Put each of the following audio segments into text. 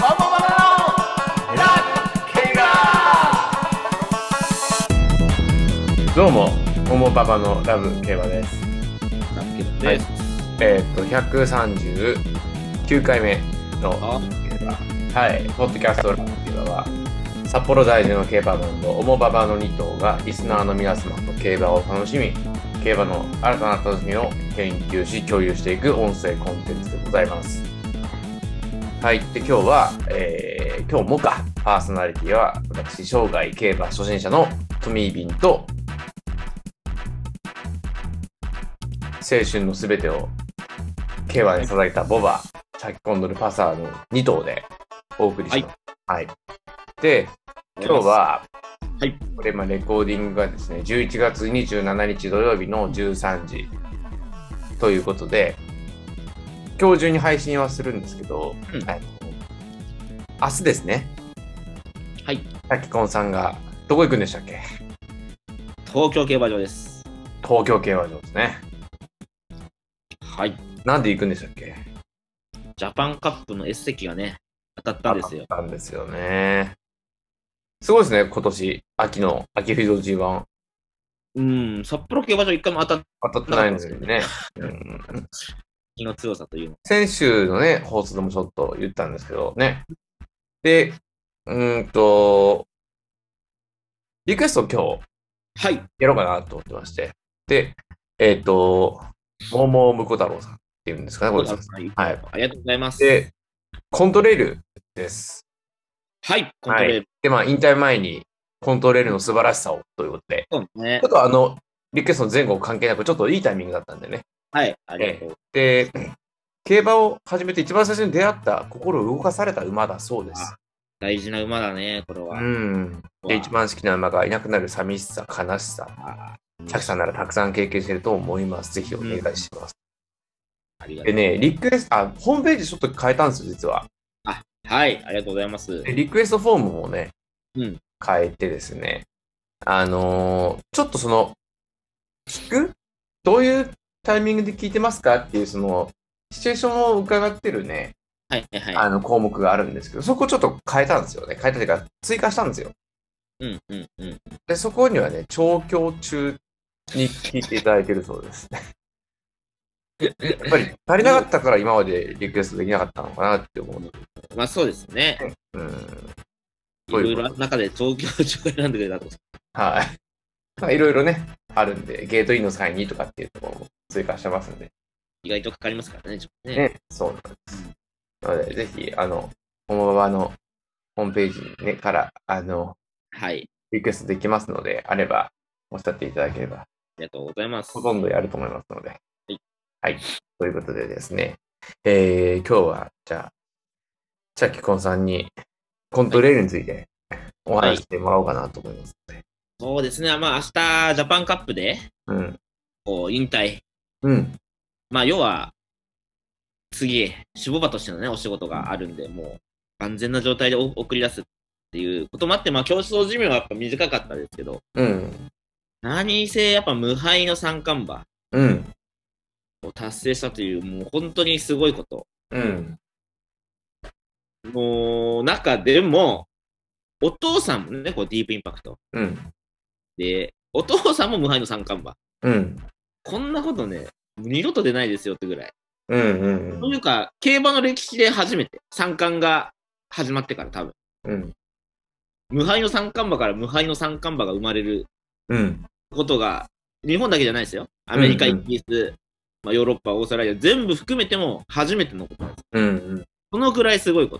モババのラッキーラー。どうもオモババのラブ競馬です。 ラッキーです。 139回目のはい、ポッドキャストラブ競馬は札幌在住の競馬バンドオモババの2頭がリスナーの皆様と競馬を楽しみ、競馬の新たな楽しみを研究し共有していく音声コンテンツでございます。はい。で、今日は、今日もパーソナリティは私、生涯競馬初心者のトミービンと、青春のすべてを競馬に捧げたボバ、チャキコンドルパサーの2頭でお送りします。はい。で、今日は、はい、これレコーディングがですね、11月27日土曜日の13時ということで、今日中に配信はするんですけど、明日ですね。はい。タキコンさんがどこ行くんでしたっけ？ 東京競馬場です。 東京競馬場ですね。 はい。 なんで行くんでしたっけ？ ジャパンカップの S 席がね、当たったんですよ。 当たったんですよね。すごいですね、今年、秋フィード G1。 札幌競馬場一回も当たってないんですよね。 気の強さというの。 先週のね、放送でもちょっと言ったんですけどね。で、リクエスト今日、やろうかなと思ってまして。で、桃婿太郎さんっていうんですかね、これ。 はい。ありがとうございます。 で、コントレイルです。 はい、コントレイル。 で、引退前にコントレイルの素晴らしさをということで、ちょっとリクエストの前後関係なく、ちょっといいタイミングだったんでね。 はい、ありがとう。 で、競馬を始めて一番最初に出会った心を動かされた馬だそうです。 大事な馬だね、これは。 で、一番好きな馬がいなくなる寂しさ、悲しさ。チャキさんならたくさん経験していると思います。ぜひお願いします。でね、リクエスト、ホームページちょっと変えたんですよ、実は。 はい、ありがとうございます。 リクエストフォームもね、変えてですね、ちょっと聞く？どういうタイミングで聞いてますかっていうシチュエーションを伺ってるね、項目があるんですけど、そこちょっと変えたんですよね。変えたというか、追加したんですよ。で、そこにはね、調教中に聞いていただいてるそうです。やっぱり足りなかったから今までリクエストできなかったのかなって思う。 まあそうですね。いろいろ中で調教中選んでくれたと。 はい。いろいろね、あるんで、ゲートインの際にとかっていうところも追加してますんで。 意外とかかりますからね、ちょっとね。 そうなんです。なので、ぜひ、オモババのホームページにね、から、リクエストできますので、あれば、おっしゃっていただければ。ありがとうございます。 ほとんどやると思いますので。はい。ということでですね、今日は、じゃあ、チャキコンさんに、コントレールについてお話してもらおうかなと思いますので。 そうですね。明日、ジャパンカップで、引退。要は、次、守護馬としてのね、お仕事があるんで、もう、安全な状態で送り出すっていうこともあって、競争寿命はやっぱ短かったですけど、何せやっぱ無敗の三冠馬を達成したという、もう本当にすごいこと。もう、中でも、お父さんもね、ディープインパクト。で、お父さんも無敗の三冠馬。こんなことね、二度と出ないですよってぐらい。というか、競馬の歴史で初めて、三冠が始まってから多分。無敗の三冠馬から無敗の三冠馬が生まれることが、日本だけじゃないですよ。アメリカ、イギリス、ヨーロッパ、オーストラリア、全部含めても初めてのことなんです。そのぐらいすごいこと。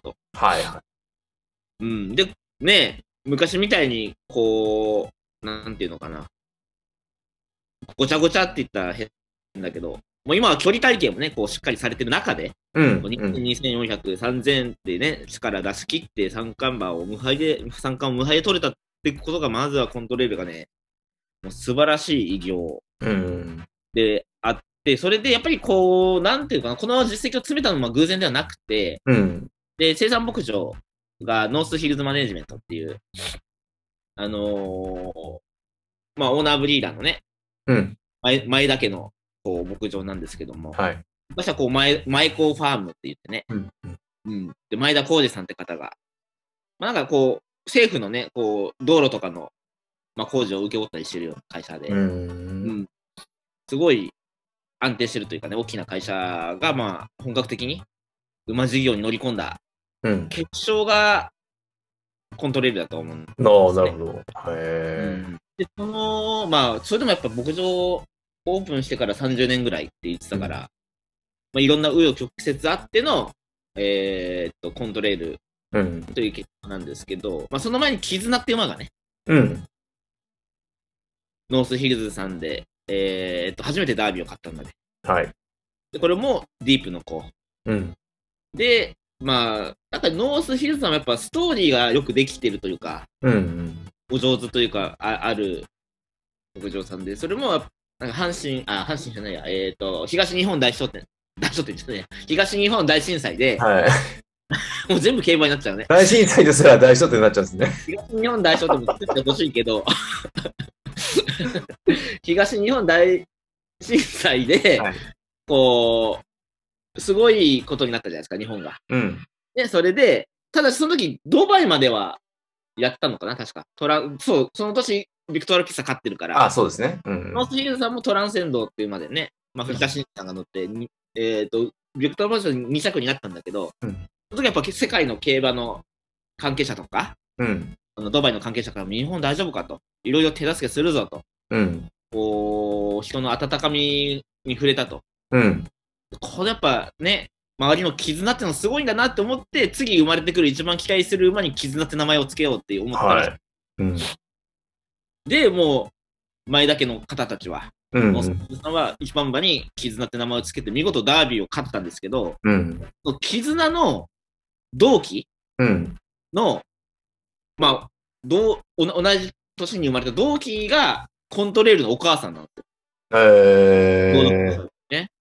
で、ね、昔みたいに、なんていうのかな。ごちゃごちゃって言ったら変だけど、もう今は距離体系もね、しっかりされてる中で、2400、3000でね、力出し切って三冠を無敗で取れたってことが、まずはコントレールがね、もう素晴らしい偉業であって、それでやっぱりなんていうかな、この実績を詰めたのは偶然ではなくて、で、生産牧場がノースヒルズマネジメントっていう、オーナーブリーダーのね、前田家の牧場なんですけども、昔は前子ファームって言ってね、 うん。で、前田浩二さんって方が、まあ、なんかこう、政府のね、こう、道路とかの、まあ、工事を請け負ったりしてるような会社で、すごい安定してるというかね、大きな会社が、まあ、本格的に馬事業に乗り込んだ、結晶がコントレールだと思うんですね。 なるほど。 で、まあ、それでもやっぱ牧場オープンしてから30年ぐらいって言ってたから、まあ、いろんな紆余曲折あっての、コントレールという結果なんですけど、まあ、その前に絆っていう馬がね、ノースヒルズさんで、初めてダービーを勝ったんだね。で、これもディープの子。で、まあ、なんかノースヒルズさんはやっぱストーリーがよくできてるというか、お上手というか、ある牧場さんで、それも、なんか阪神じゃないや、東日本大商店じゃないや、東日本大震災で、もう全部競馬になっちゃうね。 大震災ですら大商店になっちゃうんですね。 東日本大商店も作ってほしいけど、東日本大震災で、こう、すごいことになったじゃないですか、日本が。で、それで、ただその時、ドバイまではやったのかな、確か。そう、その年、ビクトリア・ピサ勝ってるから。 そうですね。 ノースヒルズさんもトランセンドっていうまでね、まあ、藤田真さんが乗って、ビクトリア・ピサ2着になったんだけど、その時やっぱ世界の競馬の関係者とか、ドバイの関係者から日本大丈夫かと、いろいろ手助けするぞと、こう、人の温かみに触れたと。これやっぱね、周りの絆ってのすごいんだなって思って、次生まれてくる一番期待する馬に絆って名前をつけようって思ったらしい。で、もう、前田家の方たちは、ノースヒルズさんは一番馬に絆って名前をつけて、見事ダービーを勝ったんですけど、絆の同期の、まあ、同じ年に生まれた同期がコントレールのお母さんなんですよ。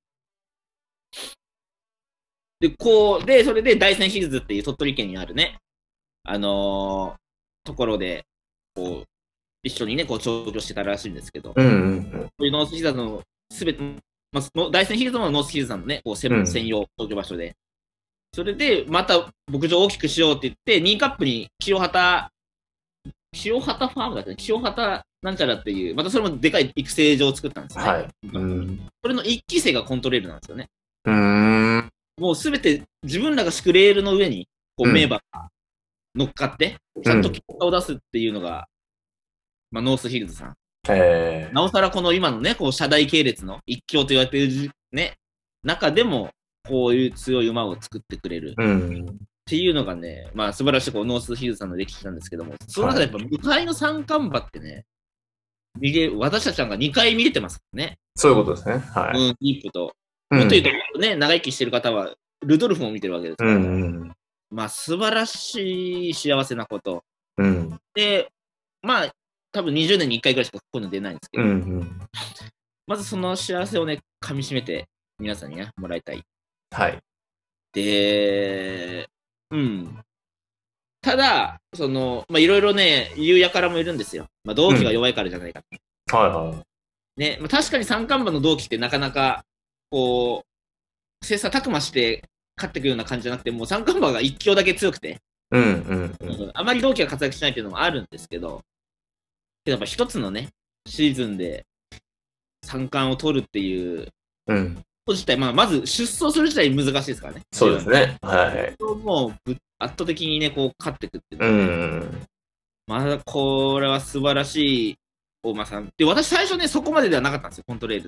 で、それで大山ヒルズっていう鳥取県にあるね、ところで、こう、一緒にね、こう、調教してたらしいんですけど、そういうノースヒルズのすべて、まあ、大山ヒルズもノースヒルズさんのね、こう専用調教場所で、それで、また牧場を大きくしようって言って、2位カップに清畑ファームだったね、清畑なんちゃらっていう、またそれもでかい育成場を作ったんですね。それの1期生がコントレールなんですよね。もうすべて自分らが敷くレールの上に、こう、名馬が乗っかって、ちゃんと結果を出すっていうのが、まあ、ノースヒルズさん。なおさらこの今のね、こう、社大系列の一強と言われているね、中でも、こういう強い馬を作ってくれる。っていうのがね、まあ、素晴らしいこうノースヒルズさんの歴史なんですけども、その中でやっぱ、無敗の三冠馬ってね、私たちが2回見れてますね。 そういうことですね。 ディープと。もっと言うとね、長生きしてる方は、ルドルフも見てるわけですから、まあ、素晴らしい幸せなこと。で、まあ、多分20年に1回ぐらいしかこういうの出ないんですけど、まずその幸せをね、噛み締めて、皆さんにね、もらいたい。で、ただ、まあ、いろいろね、言うやからもいるんですよ。まあ、同期が弱いからじゃないか。ね、まあ、確かに三冠馬の同期ってなかなか、こう、切磋琢磨して勝ってくるような感じじゃなくて、もう三冠馬が一強だけ強くて、あまり同期が活躍しないっていうのもあるんですけど、やっぱ一つのね、シーズンで三冠を取るっていうこと自体、まず出走する自体難しいですからね。 そうですね。 もう圧倒的にね、こう勝っていくっていうのまだこれは素晴らしい大間さん。で、私最初ね、そこまでではなかったんですよ、コントレールって。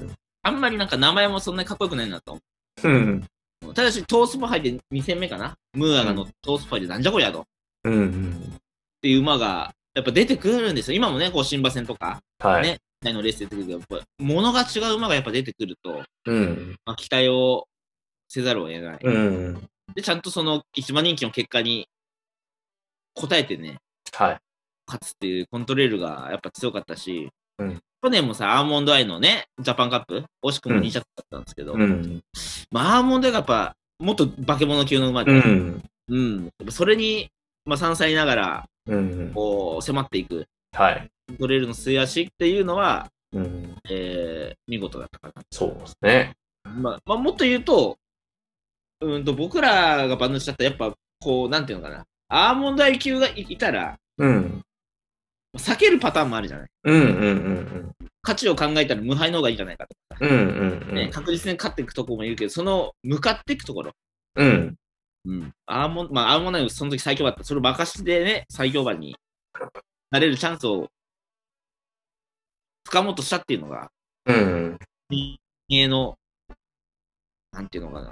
あんまりなんか名前もそんなにかっこよくないなと。ただし、トースポ杯で2戦目かな、ムーアが乗ってトースポ杯でなんじゃこりゃと。っていう馬がやっぱ出てくるんですよ。今もね、こう新馬戦とか、ね、のレース出てくるけど、やっぱ物が違う馬がやっぱ出てくると、まあ、期待をせざるを得ない。で、ちゃんとその一番人気の結果に応えてね、勝つっていうコントレールがやっぱ強かったし、去年もさ、アーモンドアイのね、ジャパンカップ、惜しくも2着だったんですけど、まあ、アーモンドアイがやっぱ、もっと化け物級の馬で、それに、まあ、3歳ながら、こう、迫っていく、コントレールの末足っていうのは、見事だったかな。 そうですね。 まあ、もっと言うと、 僕らが馬主だったら、やっぱ、こう、なんていうのかな。アーモンドアイ級がいたら、避けるパターンもあるじゃない。勝ちを考えたら無敗の方がいいんじゃないかとか、確実に勝っていくところもいるけど、その向かっていくところ。アーモンドアイその時最強馬だった。それを任せてね、最強馬になれるチャンスを掴もうとしたっていうのが、人間の、なんていうのかな。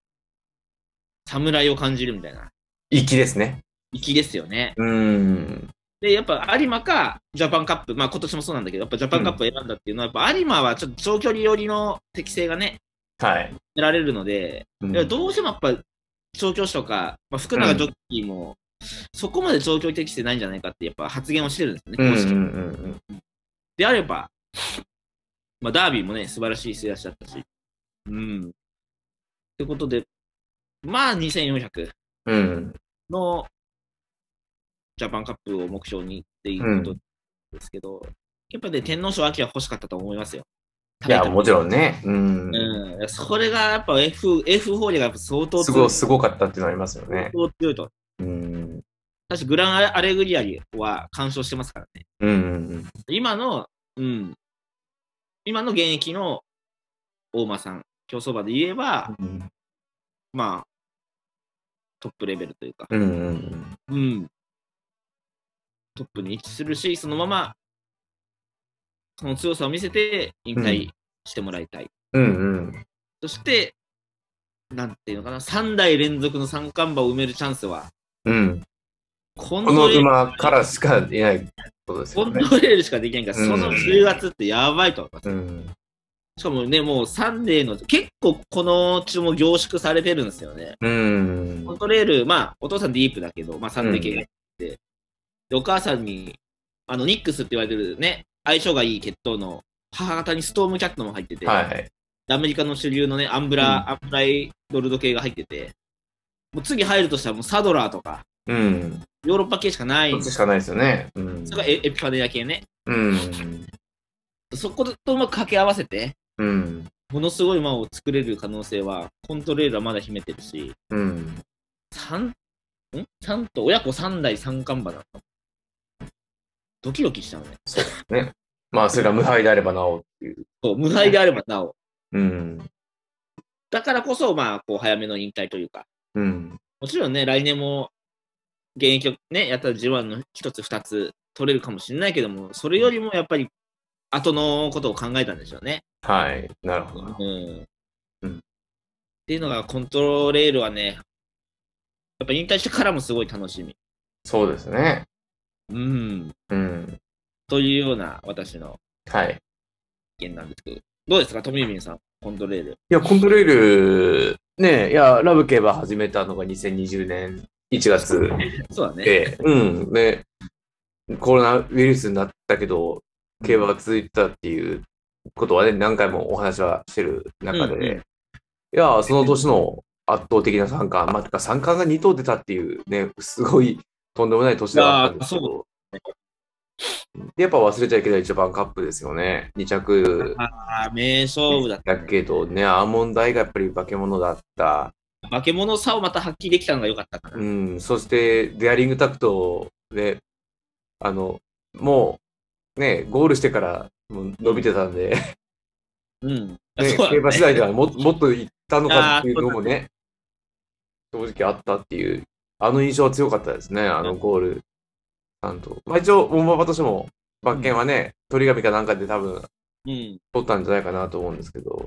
侍を感じるみたいな。 粋ですね。 粋ですよね。で、やっぱ有馬かジャパンカップ、まあ今年もそうなんだけど、やっぱジャパンカップを選んだっていうのは、やっぱ有馬はちょっと長距離寄りの適性がね、得られるので、どうしてもやっぱ調教師とか、福永ジョッキーも、そこまで長距離適性ないんじゃないかってやっぱ発言をしてるんですよね、公式。であれば、ダービーもね、素晴らしい末足だったし。ってことで、2400のジャパンカップを目標にっていうことですけど、やっぱね、天皇賞秋は欲しかったと思いますよ。 いや、もちろんね。 それがやっぱ F4 でが相当強い。すごかったっていうのありますよね。 相当強いと。確かグランアレグリアは完勝してますからね。今の現役の大間さん、競走馬で言えば、トップレベルというか、トップに位置するし、そのまま、その強さを見せて引退してもらいたい。そして、なんていうのかな、3代連続の三冠馬を埋めるチャンスは、 この馬からしかいないことですよね。 コントレールしかできないから、その10月ってやばいと思います。しかもね、もうサンデーの、結構この注も凝縮されてるんですよね。コントレール、お父さんディープだけど、サンデー系がいて、で、お母さんに、ニックスって言われてるね、相性がいい血統の母方にストームキャットも入ってて、アメリカの主流のね、アンブライドルド系が入ってて、もう次入るとしたらもうサドラーとか、ヨーロッパ系しかないんです。しかないですよね。 それがエピファネア系ね。そことうまく掛け合わせて、ものすごい馬を作れる可能性は、コントレールはまだ秘めてるし、ちゃんと親子3代三冠馬だった。ドキドキしちゃうね。 そうですね。それが無敗であればなおっていう。 そう、無敗であればなお。だからこそ、こう早めの引退というか。もちろんね、来年も現役をね、やったら G1 の1つ2つ取れるかもしれないけども、それよりもやっぱり後のことを考えたんでしょうね。 はい、なるほど。 っていうのがコントロールはね、やっぱ引退してからもすごい楽しみ。 そうですね。 というような私の意見なんですけど、どうですか、トミービンさん、コントレール。 いや、コントレール、ね、いや、ラブ競馬始めたのが2020年1月。 そうだね。 ね、コロナウイルスになったけど、競馬が続いてたっていうことはね、何回もお話はしてる中で、いや、その年の圧倒的な三冠、三冠が2頭出たっていうね、すごいとんでもない年ではあったんですけど、やっぱ忘れちゃいけないジャパンカップですよね。2着。 名勝負だった。 だけどね、アーモンドアイがやっぱり化け物だった。 化け物さをまた発揮できたのが良かったかな。 そして、デアリングタクトで、もう、ね、ゴールしてからもう伸びてたんで、競馬次第ではもっといったのかっていうのもね、正直あったっていう、印象は強かったですね、ゴール。一応、大馬場としても、馬券はね、鳥紙かなんかで多分、取ったんじゃないかなと思うんですけど、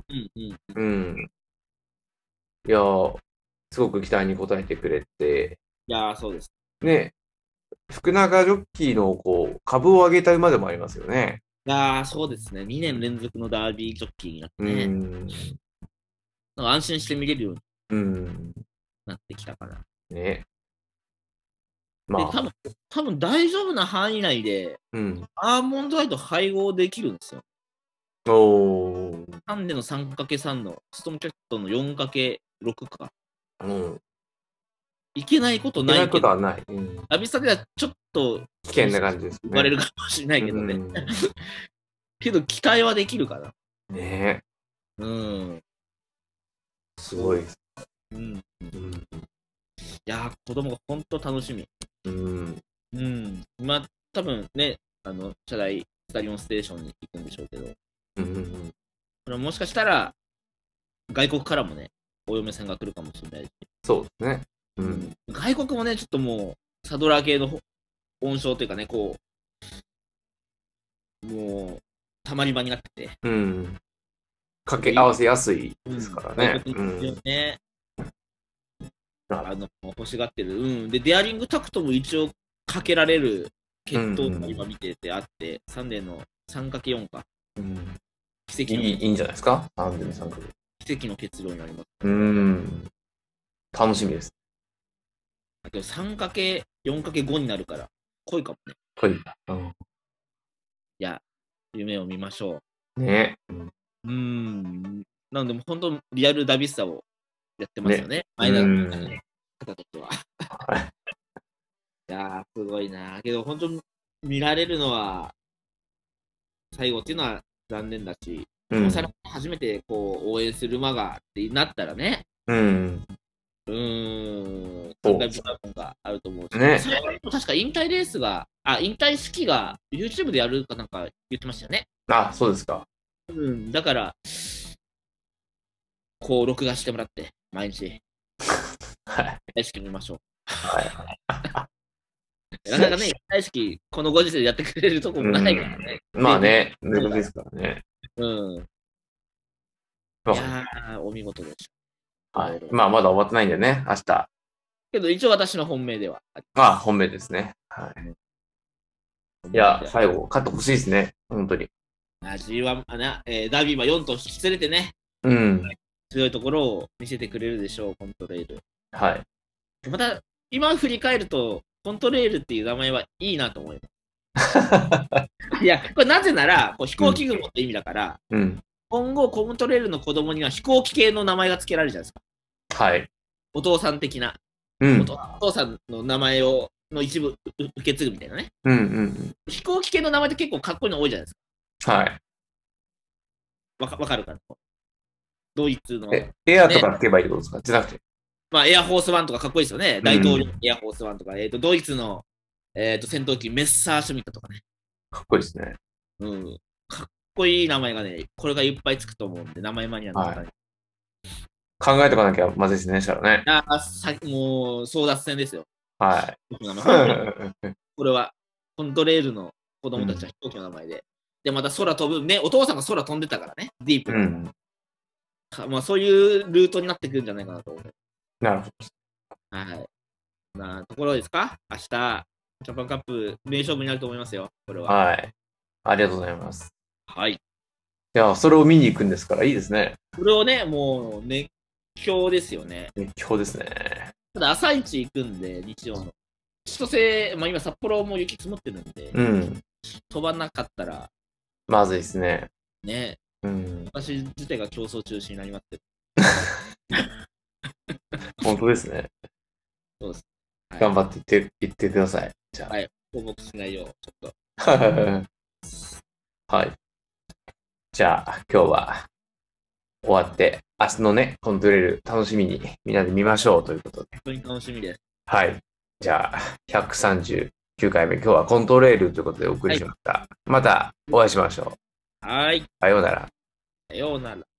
いやー、すごく期待に応えてくれて、 いやー、そうです。 ね、福永ジョッキーの株を上げた馬でもありますよね。 いやー、そうですね。2年連続のダービージョッキーになってね。なんか安心して見れるようになってきたかな。 ね。 で、多分大丈夫な範囲内で、アーモンドアイと配合できるんですよ。ハンデの 3×3 のストームキャットの 4×6 か。いけないことないけど。 はない。 アビスタではちょっと危険な感じですね。 言われるかもしれないけどね。けど期待はできるから。 ねえ。 すごいです。 うん。いやー、子供が本当楽しみ。うん。うん。まあ、多分ね、社内スタリオンステーションに行くんでしょうけど、これもしかしたら、外国からもね、お嫁さんが来るかもしれないし。 そうですね。 外国もね、ちょっともう、サドラー系の音章というかね、こう、もう、たまり場になってて。 掛け合わせやすいですからね。 欲しがってる。で、デアリングタクトも一応かけられる決闘が今見ててあって、サンデーの 3×4 か。 奇跡いいんじゃないですか、サンデーの 3×4。 奇跡の結論になります。 楽しみです。 だけど 3×4×5 になるから、濃いかもね。 濃い。いや、夢を見ましょう。 ね。 なので、本当リアルダビスタをやってますよね。前田の方としては。いやー、すごいな。けど、本当見られるのは、最後っていうのは残念だし、さらに初めてこう応援する馬がってなったらね、感慨深いものがあると思うし、それ確か引退レースが、引退式が YouTube でやるかなんか言ってましたよね。 そうですか。 だから、こう、録画してもらって、毎日。大好き見ましょう。なかなかね、大好き、このご時世でやってくれるとこもないからね。 まあね、難しいですからね。 いやー、お見事でした。 まあ、まだ終わってないんでね、明日。 けど、一応私の本命では。 本命ですね。いや、最後、勝ってほしいですね、本当に。 G1、ダービーは4頭引き連れてね、強いところを見せてくれるでしょう、コントレール。また、今振り返ると、コントレールっていう名前はいいなと思います。いや、これなぜなら、こう飛行機雲って意味だから、今後、コントレールの子供には飛行機系の名前が付けられるじゃないですか。お父さん的な。お父さんの名前の一部受け継ぐみたいなね。飛行機系の名前って結構かっこいいの多いじゃないですか。わかるかな。ドイツの。 エアとかつけばいいってことですか、じゃなくて。 エアフォースワンとかかっこいいですよね。大統領エアフォースワンとか、ドイツの、戦闘機メッサーシュミットとかね。 かっこいいですね。 かっこいい名前がね、これがいっぱいつくと思うんで、名前マニアの方に。 考えとかなきゃまずいですね、したらね。 もう、争奪戦ですよ。これは、コントレールの子供たちは飛行機の名前で。で、また空飛ぶ、ね、お父さんが空飛んでたからね、ディープな。まあ、そういうルートになってくるんじゃないかなと思う。 なるほど。なところですか、明日、ジャパンカップ、名勝負になると思いますよ、これは。 ありがとうございます。 いや、それを見に行くんですから、いいですね。 これをね、もう熱狂ですよね。 熱狂ですね。 ただ、朝一行くんで、日曜の。千歳、今、札幌も雪積もってるんで、飛ばなかったら、 まずいですね。 ね。私自体が競争中止になりますけど。 本当ですね。 そうです。 頑張って言ってください。じゃあ。 報告しないよう、ちょっと。 じゃあ、今日は終わって、明日のね、コントレール楽しみにみんなで見ましょうということで。 本当に楽しみです。 じゃあ、139回目、今日はコントレールということでお送りしました。またお会いしましょう。 さようなら。 さようなら。